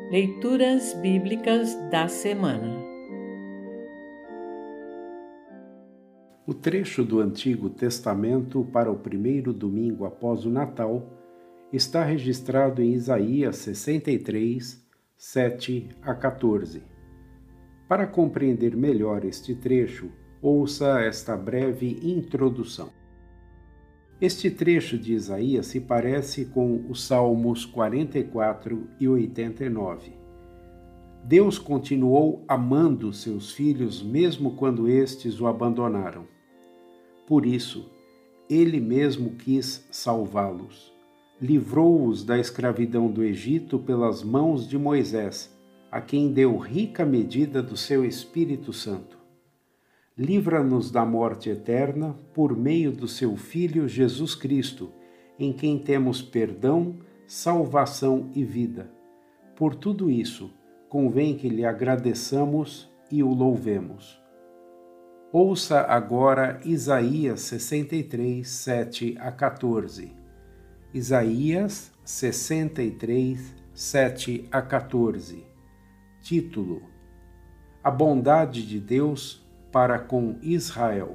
Leituras Bíblicas da Semana. O trecho do Antigo Testamento para o primeiro domingo após o Natal está registrado em Isaías 63, 7 a 14. Para compreender melhor este trecho, ouça esta breve introdução. Este trecho de Isaías se parece com os Salmos 44 e 89. Deus continuou amando seus filhos mesmo quando estes o abandonaram. Por isso, Ele mesmo quis salvá-los. Livrou-os da escravidão do Egito pelas mãos de Moisés, a quem deu rica medida do seu Espírito Santo. Livra-nos da morte eterna por meio do seu Filho Jesus Cristo, em quem temos perdão, salvação e vida. Por tudo isso, convém que lhe agradeçamos e o louvemos. Ouça agora Isaías 63, 7 a 14. Isaías 63, 7 a 14. Título: A bondade de Deus para com Israel.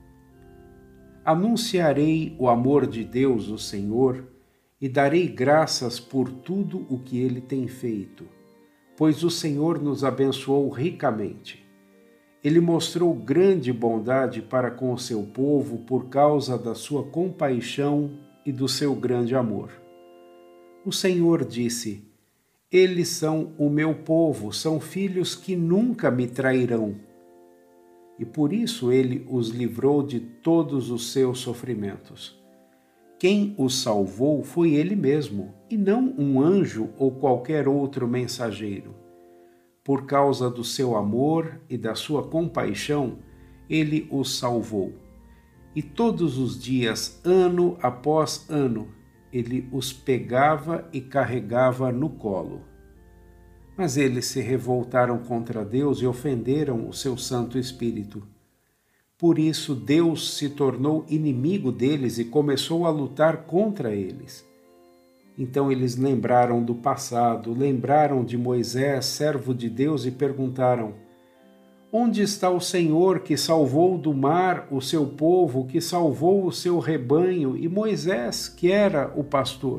Anunciarei o amor de Deus, o Senhor, e darei graças por tudo o que Ele tem feito, pois o Senhor nos abençoou ricamente. Ele mostrou grande bondade para com o seu povo por causa da sua compaixão e do seu grande amor. O Senhor disse: Eles são o meu povo, são filhos que nunca me trairão. E por isso ele os livrou de todos os seus sofrimentos. Quem os salvou foi ele mesmo, e não um anjo ou qualquer outro mensageiro. Por causa do seu amor e da sua compaixão, ele os salvou. E todos os dias, ano após ano, ele os pegava e carregava no colo. Mas eles se revoltaram contra Deus e ofenderam o seu Santo Espírito. Por isso Deus se tornou inimigo deles e começou a lutar contra eles. Então eles lembraram do passado, lembraram de Moisés, servo de Deus, e perguntaram: Onde está o Senhor que salvou do mar o seu povo, que salvou o seu rebanho, e Moisés, que era o pastor?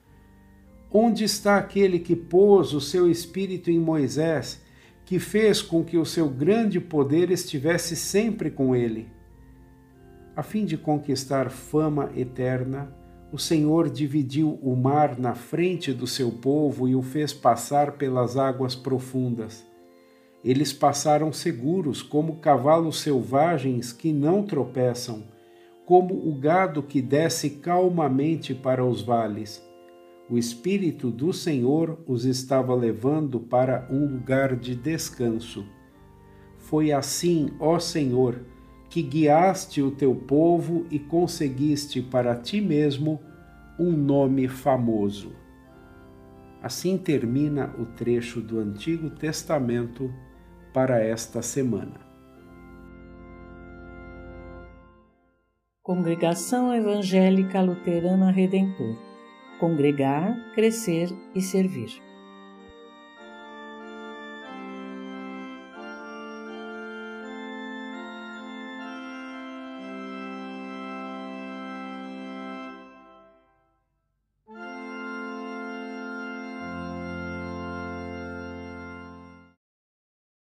Onde está aquele que pôs o seu espírito em Moisés, que fez com que o seu grande poder estivesse sempre com ele? A fim de conquistar fama eterna, o Senhor dividiu o mar na frente do seu povo e o fez passar pelas águas profundas. Eles passaram seguros, como cavalos selvagens que não tropeçam, como o gado que desce calmamente para os vales. O Espírito do Senhor os estava levando para um lugar de descanso. Foi assim, ó Senhor, que guiaste o teu povo e conseguiste para ti mesmo um nome famoso. Assim termina o trecho do Antigo Testamento para esta semana. Congregação Evangélica Luterana Redentor. Congregar, crescer e servir.